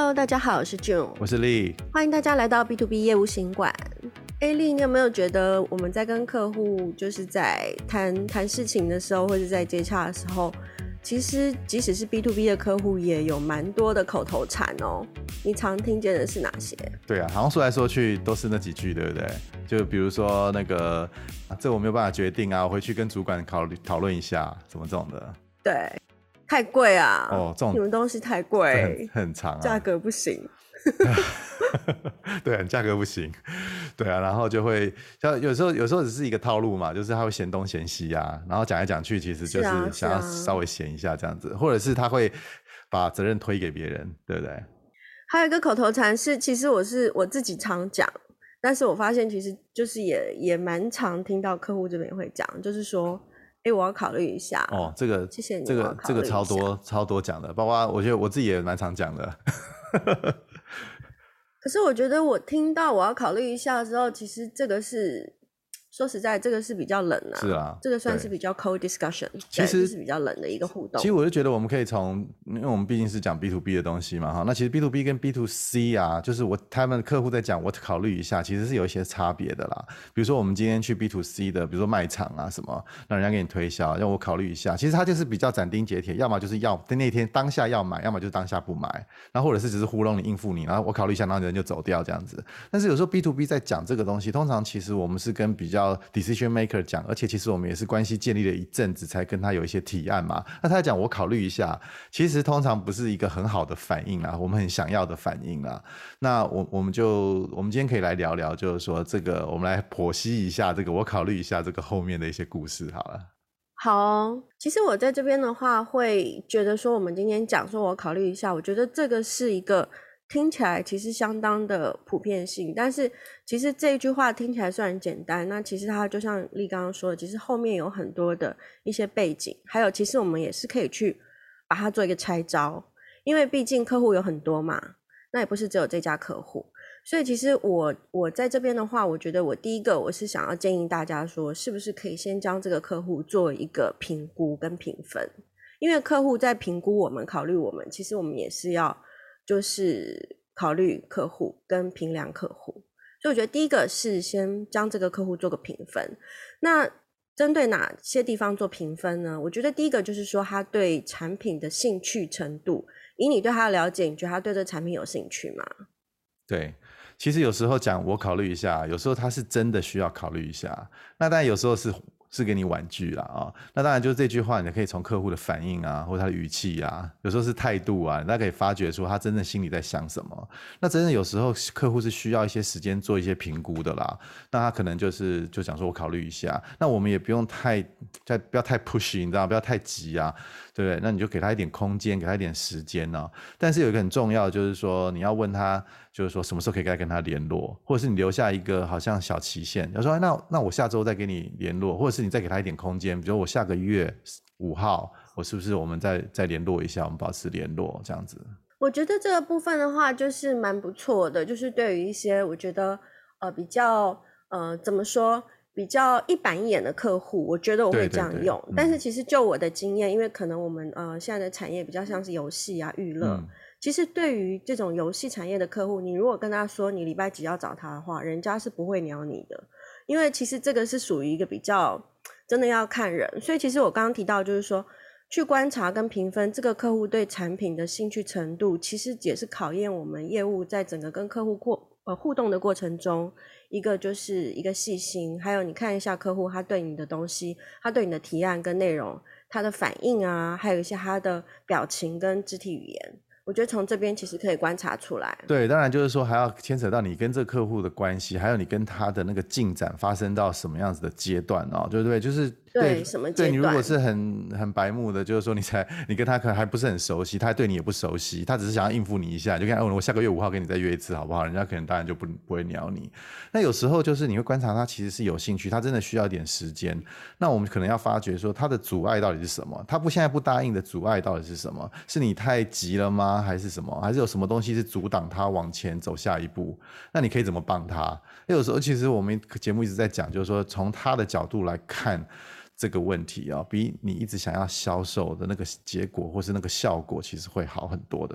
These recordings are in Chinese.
Hello， 大家好，我是 June， 我是 Lee， 欢迎大家来到 B2B 业务行馆。Lee， 你有没有觉得我们在跟客户就是在谈事情的时候，或者在接洽的时候，其实即使是 B2B 的客户也有蛮多的口头禅哦。你常听见的是哪些？ 对啊，好像说来说去都是那几句，对不对？就比如说那个这我没有办法决定啊，我回去跟主管讨论一下，什么这种的。 对，太贵啊！ 哦，这种你们东西太贵， 很长啊， 价格不行。 对，价格不行。对啊，然后就会像有时候只是一个套路嘛，就是他会嫌东嫌西啊，然后讲来讲去，其实就是想要稍微嫌一下这样子，或者是他会把责任推给别人，对不对？ 还有一个口头禅是，其实我自己常讲，但是我发现其实就是也蛮常听到客户这边会讲，就是说，我要考虑一下。 哦，这个谢谢你， 这个超多讲的，包括我觉得我自己也蛮常讲的。 可是我觉得我听到我要考虑一下之后，其实这个是说实在，这个是比较冷啊。 是啊， 这个算是比较 cold discussion， 其实是比较冷的一个互动。 其实我就觉得我们可以因为我们毕竟是讲 B2B 的东西嘛，哈，那其实 B2B 跟 B2C 啊，就是他们客户在讲我考虑一下，其实是有一些差别的啦。比如说我们今天去 B2C 的，比如说卖场啊什么，让人家给你推销，让我考虑一下，其实他就是比较斩钉截铁，要么就是那天当下要买，要么就是当下不买，然后或者是只是糊弄你应付你，然后我考虑一下，然后人就走掉这样子。但是有时候 B2B 在讲这个东西，通常其实我们是跟比较 decision maker 讲，而且其实我们也是关系建立了一阵子才跟他有一些提案嘛。那他讲我考虑一下，其实通常不是一个很好的反应啦，我们很想要的反应啦。那我们今天可以来聊聊，就是说这个我们来剖析一下这个我考虑一下这个后面的一些故事好了。 好，其实我在这边的话会觉得说，我们今天讲说我考虑一下，我觉得这个是一个听起来其实相当的普遍性，但是其实这一句话听起来虽然简单，那其实它就像丽刚刚说的，其实后面有很多的一些背景，还有其实我们也是可以去把它做一个拆招，因为毕竟客户有很多嘛，那也不是只有这家客户，所以其实我在这边的话，我觉得第一个我是想要建议大家说，是不是可以先将这个客户做一个评估跟评分，因为客户在评估我们考虑我们，其实我们也是要就是考虑客户跟评量客户，所以我觉得第一个是先将这个客户做个评分。那针对哪些地方做评分呢？我觉得第一个就是说他对产品的兴趣程度，以你对他的了解，你觉得他对这产品有兴趣吗？ 对，其实有时候讲我考虑一下，有时候他是真的需要考虑一下，那当然有时候是给你婉拒啦啊，那当然就是这句话，你可以从客户的反应啊，或者他的语气啊，有时候是态度啊，大家可以发觉出他真正心里在想什么。那真的有时候客户是需要一些时间做一些评估的啦，那他可能就讲说我考虑一下，那我们也不用不要太 push， 你知道，不要太急啊，对不对？那你就给他一点空间，给他一点时间哦。但是有一个很重要的就是说，你要问他，就是说什么时候可以该跟他联络，或者是你留下一个好像小期限，他说那我下周再跟你联络，或者是你再给他一点空间，比如我下个月5号，我是不是我们再联络一下，我们保持联络这样子。 我觉得这个部分的话就是蛮不错的，就是对于一些我觉得比较怎么说比较一板一眼的客户，我觉得我会这样用。对，但是其实就我的经验，因为可能我们现在的产业比较像是游戏啊娱乐，其实对于这种游戏产业的客户，你如果跟他说你礼拜几要找他的话，人家是不会鸟你的，因为其实这个是属于一个比较真的要看人。所以其实我刚刚提到就是说去观察跟评分这个客户对产品的兴趣程度，其实也是考验我们业务在整个跟客户互动的过程中，一个就是一个细心，还有你看一下客户他对你的东西，他对你的提案跟内容，他的反应啊，还有一些他的表情跟肢体语言，我觉得从这边其实可以观察出来。对， 当然就是说还要牵扯到你跟这个客户的关系，还有你跟他的那个进展发生到什么样子的阶段哦，对不对？就是对什么阶段？ 对，你如果是很白目的，就是说你跟他可能还不是很熟悉，他对你也不熟悉，他只是想要应付你一下，就看我下个月5号跟你再约一次好不好？人家可能当然就不会鸟你。那有时候就是你会观察他其实是有兴趣，他真的需要一点时间。那我们可能要发觉说他的阻碍到底是什么？他现在不答应的阻碍到底是什么？是你太急了吗？还是什么？还是有什么东西是阻挡他往前走下一步？那你可以怎么帮他？有时候其实我们节目一直在讲，就是说从他的角度来看这个问题比你一直想要销售的那个结果或是那个效果其实会好很多的。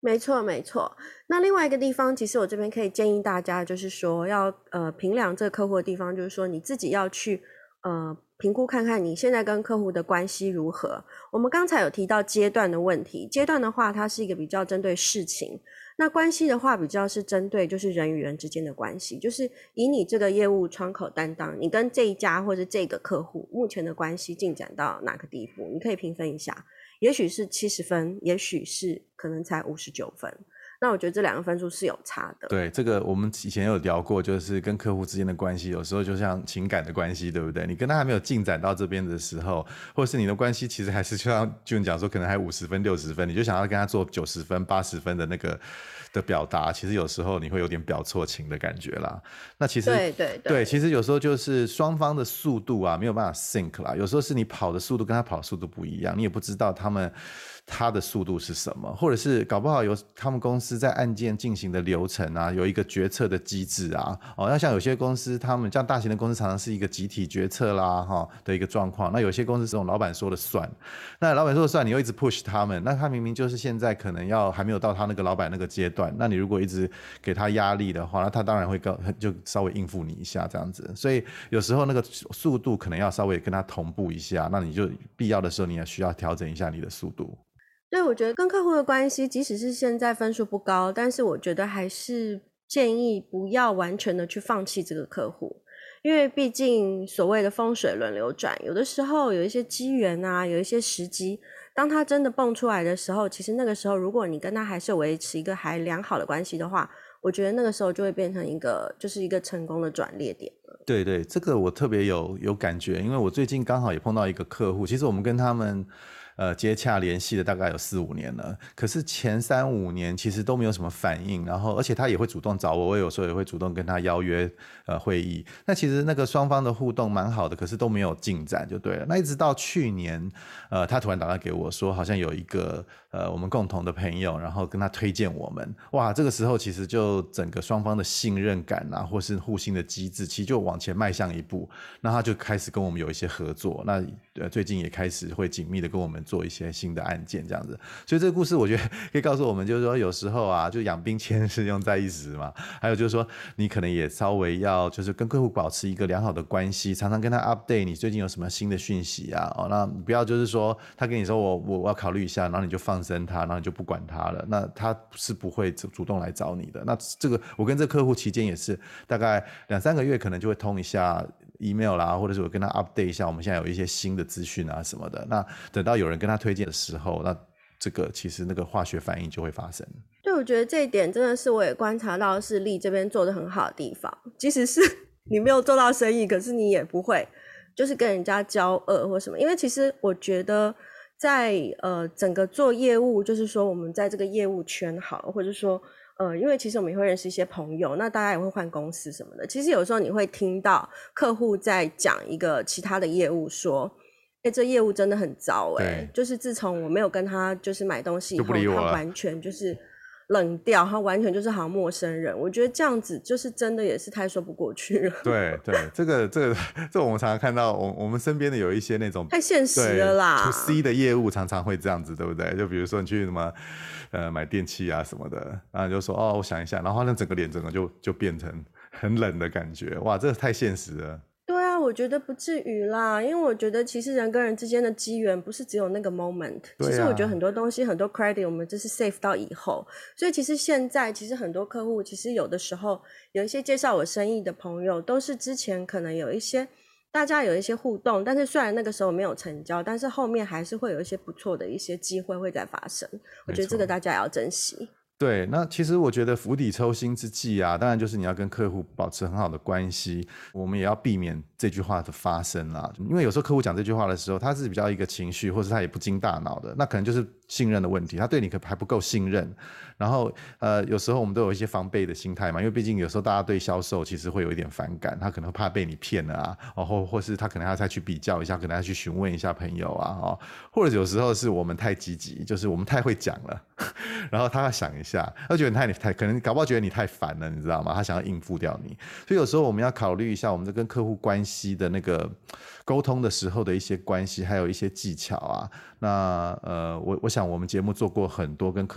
没错，没错。那另外一个地方，其实我这边可以建议大家，就是说要评量这个客户的地方，就是说你自己要去评估看看你现在跟客户的关系如何。我们刚才有提到阶段的问题，阶段的话，它是一个比较针对事情。那关系的话，比较是针对就是人与人之间的关系，就是以你这个业务窗口担当，你跟这一家或者这个客户目前的关系进展到哪个地步，你可以评分一下。也许是70分，也许是可能才59分。那我觉得这2个分数是有差的。 对，这个我们以前有聊过，就是跟客户之间的关系，有时候就像情感的关系，对不对？你跟他还没有进展到这边的时候，或者是你的关系其实还是就像June讲说，可能还50分、60分，你就想要跟他做90分、80分的那个的表达，其实有时候你会有点表错情的感觉啦。那其实对，其实有时候就是双方的速度啊没有办法 sync 啦，有时候是你跑的速度跟他跑的速度不一样，你也不知道他的速度是什么，或者是搞不好有他们公司在案件进行的流程啊，有一个决策的机制啊，那像有些公司他们像大型的公司常常是一个集体决策啦的一个状况，那有些公司是这种老板说了算，那老板说了算，你又一直 push 他们，那他明明就是现在可能还没有到他那个老板那个阶段，那你如果一直给他压力的话，那他当然会就稍微应付你一下这样子，所以有时候那个速度可能要稍微跟他同步一下，那你就必要的时候你也需要调整一下你的速度。 对，我觉得跟客户的关系，即使是现在分数不高，但是我觉得还是建议不要完全的去放弃这个客户，因为毕竟所谓的风水轮流转，有的时候有一些机缘啊，有一些时机，当他真的蹦出来的时候，其实那个时候如果你跟他还是维持一个还良好的关系的话，我觉得那个时候就会变成就是一个成功的转捩点了。 对对，这个我特别有感觉，因为我最近刚好也碰到一个客户，其实我们跟他们接洽联系的大概有4-5年了，可是前3-5年其实都没有什么反应，然后而且他也会主动找我，我有时候也会主动跟他邀约会议，那其实那个双方的互动蛮好的，可是都没有进展就对了。那一直到去年他突然打电话给我说好像有一个我们共同的朋友，然后跟他推荐我们，哇，这个时候其实就整个双方的信任感啊，或是互信的机制其实就往前迈向一步，那他就开始跟我们有一些合作，那最近也开始会紧密的跟我们做一些新的案件这样子。所以这个故事我觉得可以告诉我们，就是说有时候啊，就养兵千日用在一时嘛，还有就是说你可能也稍微要就是跟客户保持一个良好的关系，常常跟他 update 你最近有什么新的讯息啊，那不要就是说他跟你说我要考虑一下，然后你就放生他，然后你就不管他了，那他是不会主动来找你的。那这个我跟这个客户期间也是大概2-3个月可能就会通一下email 啦，或者是我跟他 update 一下我们现在有一些新的资讯啊什么的，那等到有人跟他推荐的时候，那这个其实那个化学反应就会发生。 对，我觉得这一点真的是我也观察到是力这边做的很好的地方，即使是你没有做到生意，可是你也不会就是跟人家交恶或什么，因为其实我觉得在整个做业务，就是说我们在这个业务圈好，或者说因为其实我们也会认识一些朋友，那大家也会换公司什么的，其实有时候你会听到客户在讲一个其他的业务说这业务真的很糟就是自从我没有跟他就是买东西以后，他完全就是冷掉，他完全就是好像陌生人，我觉得这样子就是真的也是太说不过去了。 对对，这我们常常看到我们身边的有一些那种太现实了啦， to C 的业务常常会这样子，对不对？就比如说你去什么买电器啊什么的，然后你就说我想一下，然后那整个脸就变成很冷的感觉，哇，这个太现实了。 对啊，我觉得不至于啦，因为我觉得其实人跟人之间的机缘不是只有那个 moment，其实我觉得很多东西很多 credit 我们就是 save 到以后，所以其实现在其实很多客户其实有的时候有一些介绍我生意的朋友都是之前可能有一些大家有一些互动，但是虽然那个时候没有成交，但是后面还是会有一些不错的一些机会会再发生，我觉得这个大家也要珍惜。 对，那其实我觉得釜底抽薪之计啊，当然就是你要跟客户保持很好的关系，我们也要避免这句话的发生啦。因为有时候客户讲这句话的时候，他是比较一个情绪，或者他也不经大脑的，那可能就是信任的问题，他对你可还不够信任。然后有时候我们都有一些防备的心态嘛，因为毕竟有时候大家对销售其实会有一点反感，他可能怕被你骗了啊，或是他可能要再去比较一下，可能要去询问一下朋友啊，或者有时候是我们太积极，就是我们太会讲了，然后他要想一下，他觉得你太可能搞不好觉得你太烦了，你知道吗？他想要应付掉你，所以有时候我们要考虑一下我们跟客户关系的那个沟通的时候的一些关系，还有一些技巧啊。那我想我们节目做过很多跟客户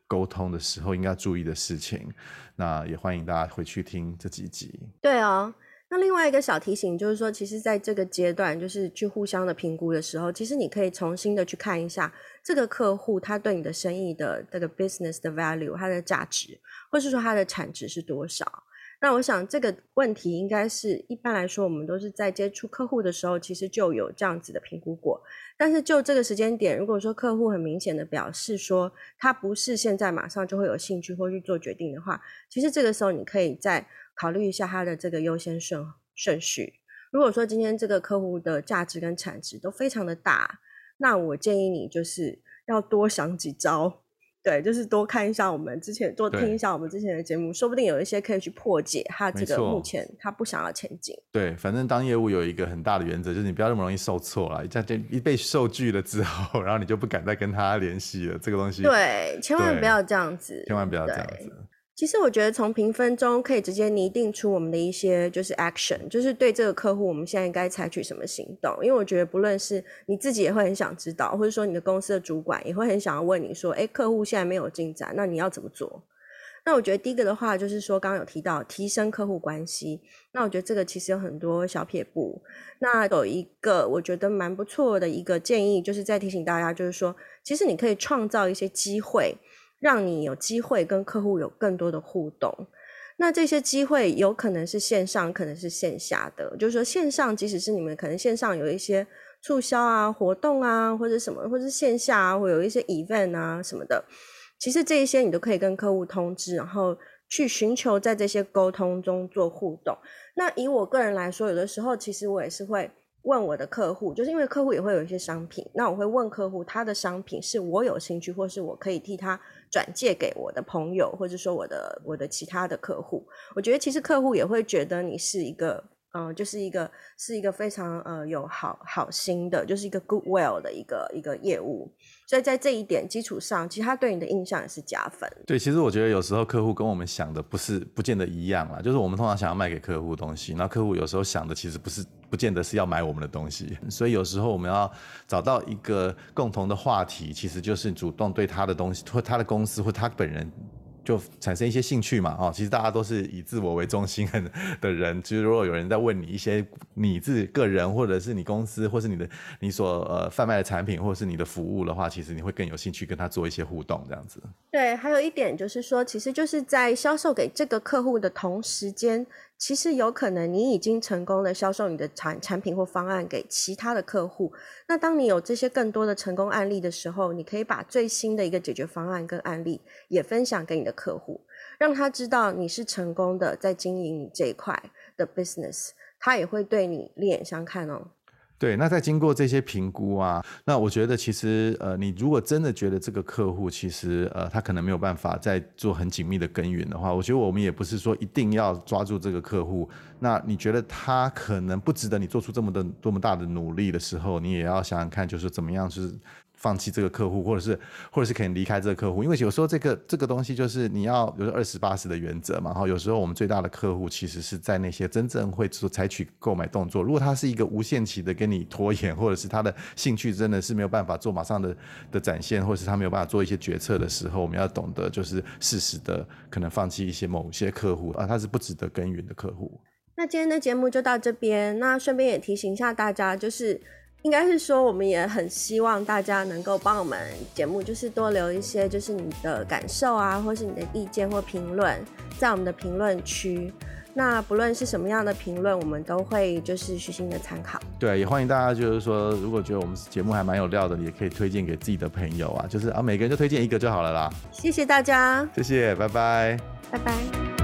沟通的时候应该注意的事情。那也欢迎大家回去听这几集。 对哦，那另外一个小提醒就是说，其实在这个阶段就是去互相的评估的时候，其实你可以重新的去看一下这个客户他对你的生意的这个 business 的 value， 它的价值，或是说它的产值是多少。那我想这个问题应该是一般来说我们都是在接触客户的时候其实就有这样子的评估过，但是就这个时间点，如果说客户很明显的表示说他不是现在马上就会有兴趣或去做决定的话，其实这个时候你可以再考虑一下他的这个优先顺序。如果说今天这个客户的价值跟产值都非常的大，那我建议你就是要多想几招，对，就是多看一下我们之前，多听一下我们之前的节目，说不定有一些可以去破解他这个目前他不想要前进。 对，反正当业务有一个很大的原则，就是你不要那么容易受挫啦，一被受拒了之后，然后你就不敢再跟他联系了，这个东西对，千万不要这样子， 千万不要这样子。 其实我觉得从评分中可以直接拟定出我们的一些就是 action， 就是对这个客户我们现在应该采取什么行动。因为我觉得不论是你自己也会很想知道，或者说你的公司的主管也会很想要问你说，客户现在没有进展，那你要怎么做？那我觉得第一个的话就是说刚刚有提到提升客户关系，那我觉得这个其实有很多小撇步。那有一个我觉得蛮不错的一个建议，就是在提醒大家，就是说其实你可以创造一些机会，让你有机会跟客户有更多的互动。那这些机会有可能是线上，可能是线下的，就是说线上即使是你们可能线上有一些促销啊、活动啊，或者什么，或者是线下啊，或有一些 event 啊什么的，其实这一些你都可以跟客户通知，然后去寻求在这些沟通中做互动。那以我个人来说，有的时候其实我也是会问我的客户，就是因为客户也会有一些商品，那我会问客户他的商品是我有兴趣，或是我可以替他转介给我的朋友，或者说我的其他的客户。我觉得其实客户也会觉得你是一个就是一个非常有好心的，就是一个 goodwill 的一个业务。所以在这一点基础上，其实他对你的印象也是加分。 对，其实我觉得有时候客户跟我们想的不见得一样啦，就是我们通常想要卖给客户的东西，那客户有时候想的其实不见得是要买我们的东西，所以有时候我们要找到一个共同的话题，其实就是主动对他的东西或他的公司或他本人就产生一些兴趣嘛，其实大家都是以自我为中心的人，就是如果有人在问你一些你自己个人或者是你公司或是你所贩卖的产品或者是你的服务的话，其实你会更有兴趣跟他做一些互动这样子。 对，还有一点就是说，其实就是在销售给这个客户的同时间，其实有可能你已经成功的销售你的产品或方案给其他的客户。那当你有这些更多的成功案例的时候，你可以把最新的一个解决方案跟案例也分享给你的客户，让他知道你是成功的在经营你这一块的 business， 他也会对你另眼相看哦。 对，那在经过这些评估啊，那我觉得其实你如果真的觉得这个客户其实他可能没有办法再做很紧密的耕耘的话，我觉得我们也不是说一定要抓住这个客户。那你觉得他可能不值得你做出多么大的努力的时候，你也要想想看，就是怎么样就是放弃这个客户，或者是可以离开这个客户。因为有时候这个东西就是你要有20-80的原则嘛，然后有时候我们最大的客户其实是在那些真正会采取购买动作，如果他是一个无限期的跟你拖延，或者是他的兴趣真的是没有办法做马上的展现，或者是他没有办法做一些决策的时候，我们要懂得就是适时的可能放弃某些客户他是不值得耕耘的客户。 那今天的节目就到这边，那顺便也提醒一下大家，就是应该是说我们也很希望大家能够帮我们节目就是多留一些就是你的感受啊，或是你的意见或评论在我们的评论区。那不论是什么样的评论，我们都会就是虚心的参考。 对，也欢迎大家就是说如果觉得我们节目还蛮有料的，也可以推荐给自己的朋友啊，就是每个人就推荐一个就好了啦。 谢谢大家， 谢谢，拜拜， 拜拜。